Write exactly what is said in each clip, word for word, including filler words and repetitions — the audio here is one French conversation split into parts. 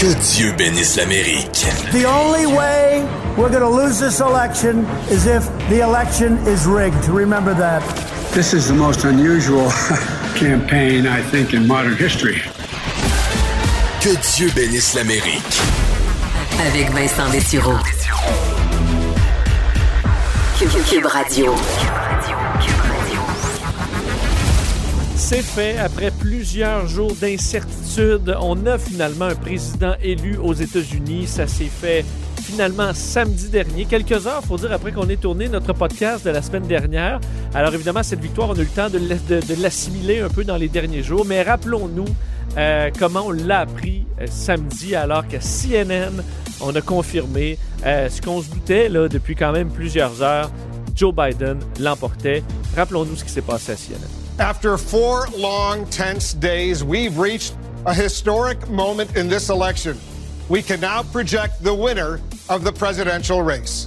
Que Dieu bénisse l'Amérique. The only way we're going to lose this election is if the election is rigged. Remember that. This is the most unusual campaign, I think, in modern history. Que Dieu bénisse l'Amérique. Avec Vincent Dessureau. Cube Radio. C'est fait. Après plusieurs jours d'incertitude, on a finalement un président élu aux États-Unis. Ça s'est fait finalement samedi dernier, quelques heures, il faut dire, après qu'on ait tourné notre podcast de la semaine dernière. Alors évidemment, cette victoire, on a eu le temps de, de, de l'assimiler un peu dans les derniers jours, mais rappelons-nous euh, comment on l'a appris euh, samedi, alors qu'à C N N, on a confirmé euh, ce qu'on se doutait là, depuis quand même plusieurs heures. Joe Biden l'emportait. Rappelons-nous ce qui s'est passé à C N N. After four long, tense days, we've reached a historic moment in this election. We can now project the winner of the presidential race.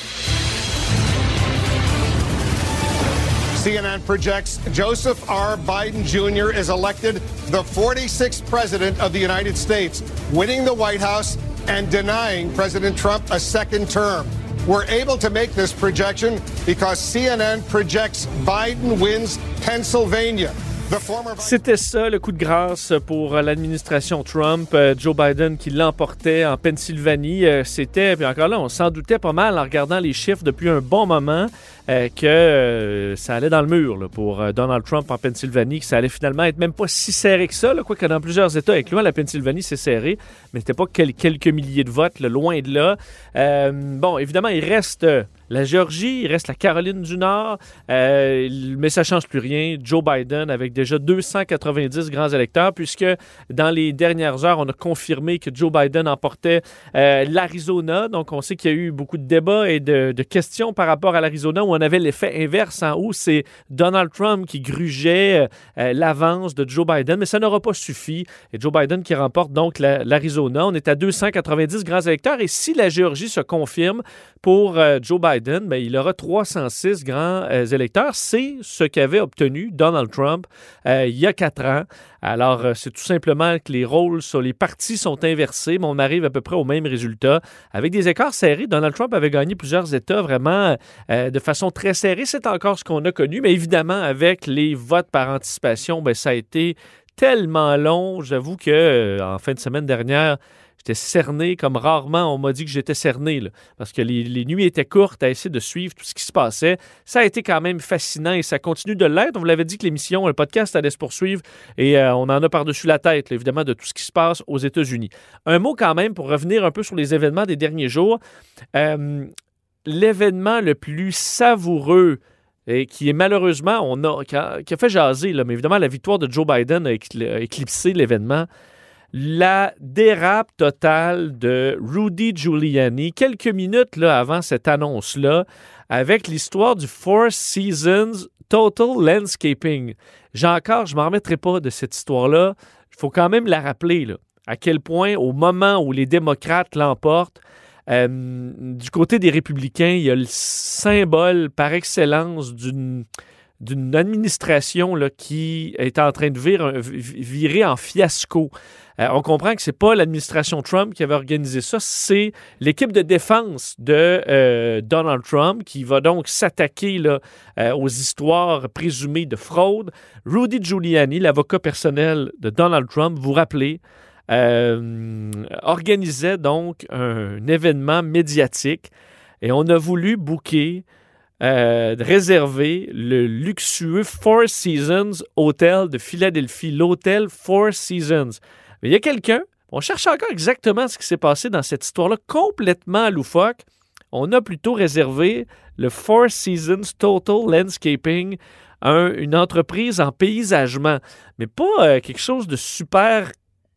C N N projects Joseph R. Biden Junior is elected the forty-sixth president of the United States, winning the White House and denying President Trump a second term. We're able to make this projection because C N N projects Biden wins Pennsylvania. C'était ça, le coup de grâce pour l'administration Trump. Euh, Joe Biden qui l'emportait en Pennsylvanie. Euh, c'était, puis encore là, on s'en doutait pas mal en regardant les chiffres depuis un bon moment euh, que euh, ça allait dans le mur là, pour euh, Donald Trump en Pennsylvanie, que ça allait finalement être même pas si serré que ça, là, quoique dans plusieurs États, avec loin la Pennsylvanie, c'est serré, mais c'était pas quel- quelques milliers de votes, là, loin de là. Euh, bon, évidemment, il reste euh, la Géorgie, il reste la Caroline du Nord, euh, mais ça change plus rien. Joe Biden avec déjà deux cent quatre-vingt-dix grands électeurs, puisque dans les dernières heures, on a confirmé que Joe Biden emportait euh, l'Arizona. Donc, on sait qu'il y a eu beaucoup de débats et de, de questions par rapport à l'Arizona, où on avait l'effet inverse, en haut, c'est Donald Trump qui grugeait euh, l'avance de Joe Biden, mais ça n'aura pas suffi. Et Joe Biden qui remporte donc la, l'Arizona. On est à deux cent quatre-vingt-dix grands électeurs, et si la Géorgie se confirme pour euh, Joe Biden, bien, il aura trois cent six grands euh, électeurs. C'est ce qu'avait obtenu Donald Trump euh, il y a quatre ans. Alors, euh, c'est tout simplement que les rôles sur les partis sont inversés, mais on arrive à peu près au même résultat. Avec des écarts serrés, Donald Trump avait gagné plusieurs États vraiment euh, de façon très serrée. C'est encore ce qu'on a connu, mais évidemment, avec les votes par anticipation, bien, ça a été tellement long. J'avoue que euh, en fin de semaine dernière, j'étais cerné comme rarement on m'a dit que j'étais cerné, là, parce que les, les nuits étaient courtes à essayer de suivre tout ce qui se passait. Ça a été quand même fascinant et ça continue de l'être. On vous l'avait dit que l'émission, le podcast allait se poursuivre et euh, on en a par-dessus la tête, là, évidemment, de tout ce qui se passe aux États-Unis. Un mot quand même pour revenir un peu sur les événements des derniers jours. Euh, l'événement le plus savoureux et qui est malheureusement, on a, qui, a, qui a fait jaser, là, mais évidemment, la victoire de Joe Biden a éclipsé l'événement. La dérape totale de Rudy Giuliani, quelques minutes là, avant cette annonce-là, avec l'histoire du Four Seasons Total Landscaping. J'ai encore, je ne m'en remettrai pas de cette histoire-là. Il faut quand même la rappeler, là, à quel point, au moment où les démocrates l'emportent, euh, du côté des républicains, il y a le symbole par excellence d'une... d'une administration là, qui est en train de virer, virer en fiasco. Euh, on comprend que ce n'est pas l'administration Trump qui avait organisé ça, c'est l'équipe de défense de euh, Donald Trump qui va donc s'attaquer là, euh, aux histoires présumées de fraude. Rudy Giuliani, l'avocat personnel de Donald Trump, vous rappelez, euh, organisait donc un événement médiatique et on a voulu booker Euh, réserver le luxueux Four Seasons Hotel de Philadelphie, l'hôtel Four Seasons. Mais il y a quelqu'un, on cherche encore exactement ce qui s'est passé dans cette histoire-là, complètement loufoque. On a plutôt réservé le Four Seasons Total Landscaping à un, une entreprise en paysagement, mais pas euh, quelque chose de super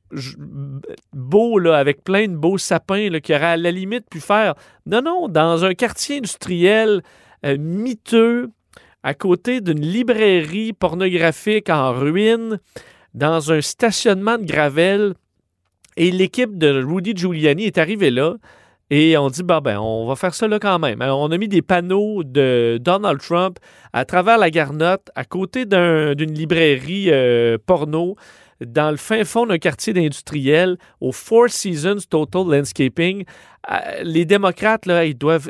beau, là, avec plein de beaux sapins là, qui auraient à la limite pu faire. Non, non, dans un quartier industriel Euh, miteux, à côté d'une librairie pornographique en ruine, dans un stationnement de gravelle. Et l'équipe de Rudy Giuliani est arrivée là. Et on dit, bah ben, on va faire ça là quand même. Alors, on a mis des panneaux de Donald Trump à travers la garnotte, à côté d'un, d'une librairie euh, porno. dans le fin fond d'un quartier d'industriel, au Four Seasons Total Landscaping. Euh, les démocrates, là, ils doivent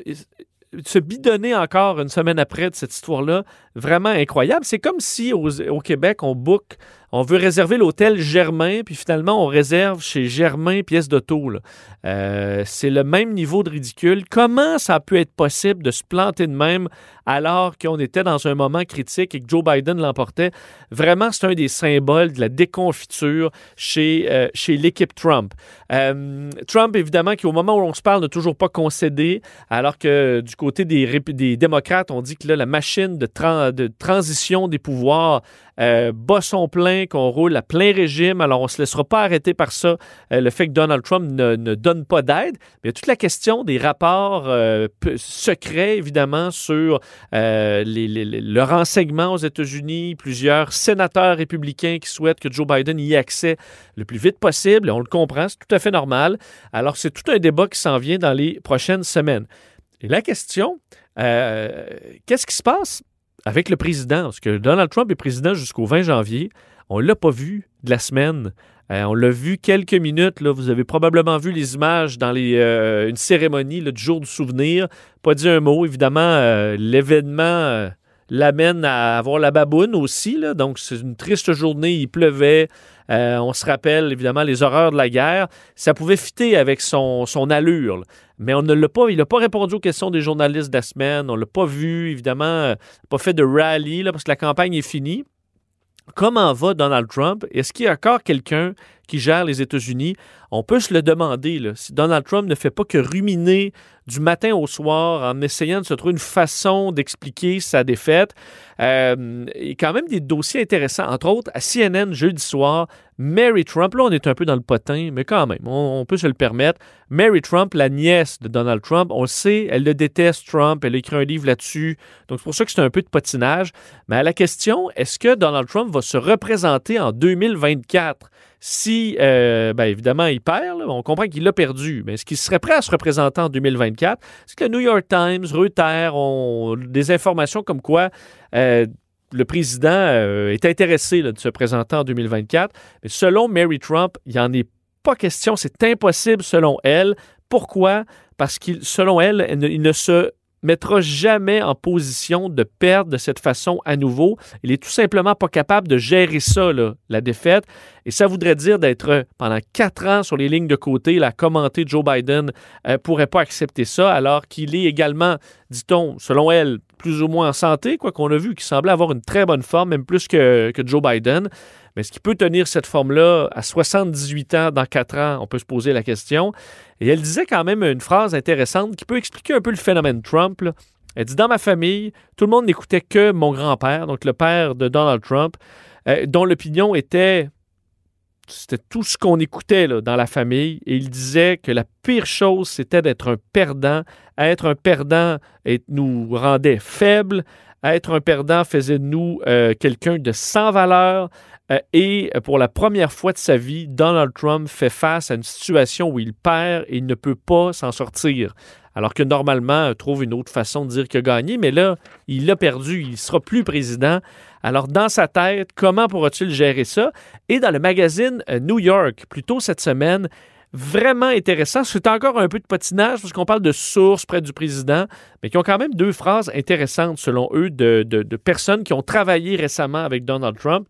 se bidonner encore une semaine après de cette histoire-là. Vraiment incroyable. C'est comme si au, au Québec, on book, on veut réserver l'hôtel Germain, puis finalement, on réserve chez Germain pièce d'auto. Là. Euh, c'est le même niveau de ridicule. Comment ça a pu être possible de se planter de même alors qu'on était dans un moment critique et que Joe Biden l'emportait? Vraiment, c'est un des symboles de la déconfiture chez, euh, chez l'équipe Trump. Euh, Trump, évidemment, qui au moment où on se parle n'a toujours pas concédé, alors que du côté des, des démocrates, on dit que là, la machine de, tra- de transition des pouvoirs euh, bat son plein, qu'on roule à plein régime. Alors, on ne se laissera pas arrêter par ça, euh, le fait que Donald Trump ne, ne donne pas d'aide. Mais il y a toute la question des rapports euh, p- secrets, évidemment, sur euh, les, les, les, le renseignement aux États-Unis. Plusieurs sénateurs républicains qui souhaitent que Joe Biden y ait accès le plus vite possible. Et on le comprend, c'est tout à fait normal. Alors, c'est tout un débat qui s'en vient dans les prochaines semaines. Et la question, euh, qu'est-ce qui se passe avec le président? Parce que Donald Trump est président jusqu'au vingt janvier. On ne l'a pas vu de la semaine. Euh, on l'a vu quelques minutes. Là. Vous avez probablement vu les images dans les, euh, une cérémonie là, du jour du souvenir. Pas dit un mot. Évidemment, euh, l'événement euh, l'amène à avoir la baboune aussi. Là. Donc, c'est une triste journée. Il pleuvait. Euh, on se rappelle, évidemment, les horreurs de la guerre. Ça pouvait fitter avec son, son allure. Là. Mais on ne l'a pas, il n'a pas répondu aux questions des journalistes de la semaine. On ne l'a pas vu, évidemment. Euh, pas fait de rallye là, parce que la campagne est finie. Comment va Donald Trump? Est-ce qu'il y a encore quelqu'un qui gère les États-Unis? On peut se le demander. Là. Si Donald Trump ne fait pas que ruminer du matin au soir en essayant de se trouver une façon d'expliquer sa défaite, euh, il y a quand même des dossiers intéressants. Entre autres, à C N N, jeudi soir, Mary Trump, là on est un peu dans le potin, mais quand même, on, on peut se le permettre. Mary Trump, la nièce de Donald Trump, on le sait, elle le déteste, Trump, elle a écrit un livre là-dessus, donc c'est pour ça que c'est un peu de potinage. Mais à la question, est-ce que Donald Trump va se représenter en deux mille vingt-quatre? Si, euh, bien évidemment, il perd, là, on comprend qu'il l'a perdu, mais est-ce qu'il serait prêt à se représenter en deux mille vingt-quatre? Est-ce que le New York Times, Reuters ont des informations comme quoi euh, le président euh, est intéressé là, de se présenter en deux mille vingt-quatre? Mais selon Mary Trump, il n'y en est pas question, c'est impossible selon elle. Pourquoi? Parce que selon elle, elle ne, il ne se mettra jamais en position de perdre de cette façon à nouveau. Il est tout simplement pas capable de gérer ça, là, la défaite. Et ça voudrait dire d'être pendant quatre ans sur les lignes de côté, la commenter Joe Biden ne euh, pourrait pas accepter ça, alors qu'il est également, dit-on, selon elle, plus ou moins en santé, quoi qu'on a vu, qu'il semblait avoir une très bonne forme, même plus que, que Joe Biden. Mais est-ce qu'il peut tenir cette forme-là à soixante-dix-huit ans, dans quatre ans? On peut se poser la question. Et elle disait quand même une phrase intéressante qui peut expliquer un peu le phénomène Trump. Là. Elle dit « Dans ma famille, tout le monde n'écoutait que mon grand-père, donc le père de Donald Trump, euh, dont l'opinion était... C'était tout ce qu'on écoutait là, dans la famille. Et il disait que la pire chose, c'était d'être un perdant. Être un perdant et nous rendait faibles. Être un perdant faisait de nous euh, quelqu'un de sans valeur. Euh, et pour la première fois de sa vie, Donald Trump fait face à une situation où il perd et il ne peut pas s'en sortir. Alors que normalement, il trouve une autre façon de dire qu'il a gagné. Mais là, il l'a perdu. Il ne sera plus président. Alors, dans sa tête, comment pourra-t-il gérer ça? Et dans le magazine New York, plus tôt cette semaine, vraiment intéressant. C'est encore un peu de patinage parce qu'on parle de sources près du président, mais qui ont quand même deux phrases intéressantes, selon eux, de, de, de personnes qui ont travaillé récemment avec Donald Trump,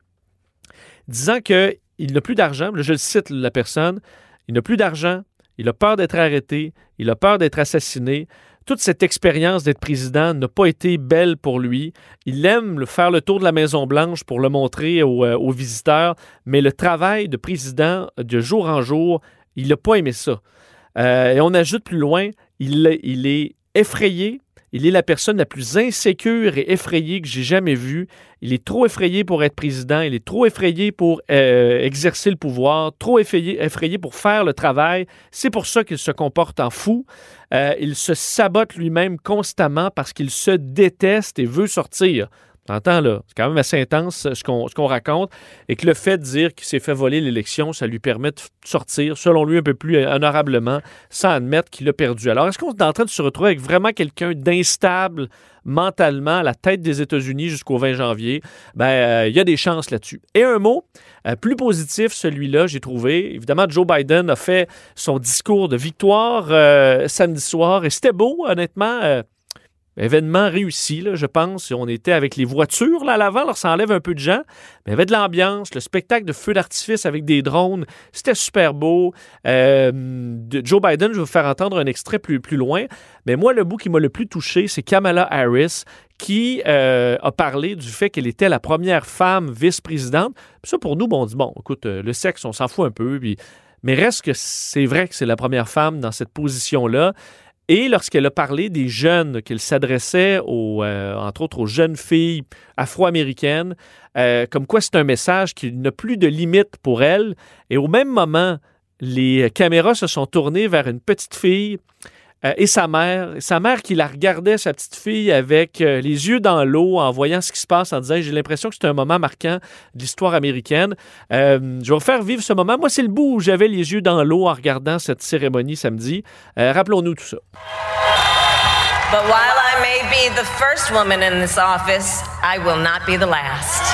disant qu'il n'a plus d'argent. Là, je le cite, la personne. Il n'a plus d'argent. Il a peur d'être arrêté. Il a peur d'être assassiné. Toute cette expérience d'être président n'a pas été belle pour lui. Il aime le, faire le tour de la Maison-Blanche pour le montrer aux, euh, aux visiteurs, mais le travail de président de jour en jour, il n'a pas aimé ça. Euh, et on ajoute plus loin, il, il est effrayé. Il est la personne la plus insécure et effrayée que j'ai jamais vue. Il est trop effrayé pour être président. Il est trop effrayé pour euh, exercer le pouvoir. Trop effrayé, effrayé pour faire le travail. C'est pour ça qu'il se comporte en fou. Euh, il se sabote lui-même constamment parce qu'il se déteste et veut sortir. T'entends, là? C'est quand même assez intense ce qu'on, ce qu'on raconte. Et que le fait de dire qu'il s'est fait voler l'élection, ça lui permet de sortir, selon lui, un peu plus honorablement, sans admettre qu'il a perdu. Alors, est-ce qu'on est en train de se retrouver avec vraiment quelqu'un d'instable mentalement à la tête des États-Unis jusqu'au vingt janvier? Ben, euh, il y a des chances là-dessus. Et un mot, euh, plus positif, celui-là, j'ai trouvé. Évidemment, Joe Biden a fait son discours de victoire euh, samedi soir. Et c'était beau, honnêtement. Euh, Événement réussi, là, je pense. On était avec les voitures là, à l'avant, alors ça enlève un peu de gens. Mais il y avait de l'ambiance, le spectacle de feux d'artifice avec des drones, c'était super beau. Euh, de Joe Biden, je vais vous faire entendre un extrait plus, plus loin. Mais moi, le bout qui m'a le plus touché, c'est Kamala Harris, qui euh, a parlé du fait qu'elle était la première femme vice-présidente. Puis ça, pour nous, bon, on dit, bon, écoute, euh, le sexe, on s'en fout un peu. Puis... Mais reste que c'est vrai que c'est la première femme dans cette position-là. Et lorsqu'elle a parlé des jeunes, qu'elle s'adressait, aux, euh, entre autres aux jeunes filles afro-américaines, euh, comme quoi c'est un message qui n'a plus de limite pour elle. Et au même moment, les caméras se sont tournées vers une petite fille euh, et sa mère. Sa mère qui la regardait, sa petite fille, avec euh, les yeux dans l'eau, en voyant ce qui se passe, en disant « J'ai l'impression que c'est un moment marquant de l'histoire américaine. Euh, » Je vais vous faire vivre ce moment. Moi, c'est le bout où j'avais les yeux dans l'eau en regardant cette cérémonie samedi. Euh, rappelons-nous tout ça. But while I may be the first woman in this office, I will not be the last.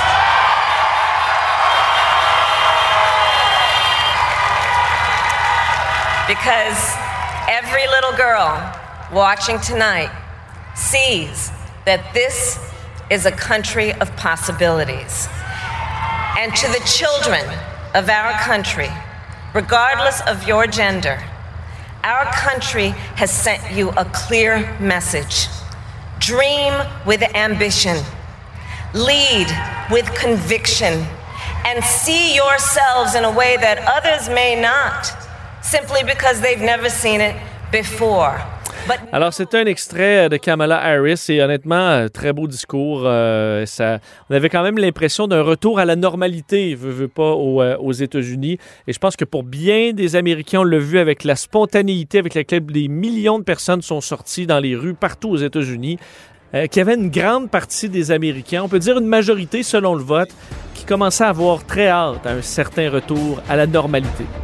Because every little girl watching tonight sees that this is a country of possibilities. And to the children of our country, regardless of your gender, our country has sent you a clear message. Dream with ambition. Lead with conviction. And see yourselves in a way that others may not, simply because they've never seen it before. But... Alors, c'est un extrait de Kamala Harris et honnêtement, très beau discours. Euh, ça, on avait quand même l'impression d'un retour à la normalité, veux, veux pas, aux, euh, aux États-Unis. Et je pense que pour bien des Américains, on l'a vu avec la spontanéité avec laquelle des millions de personnes sont sorties dans les rues partout aux États-Unis, euh, qu'il y avait une grande partie des Américains, on peut dire une majorité selon le vote, qui commençait à avoir très hâte à un certain retour à la normalité.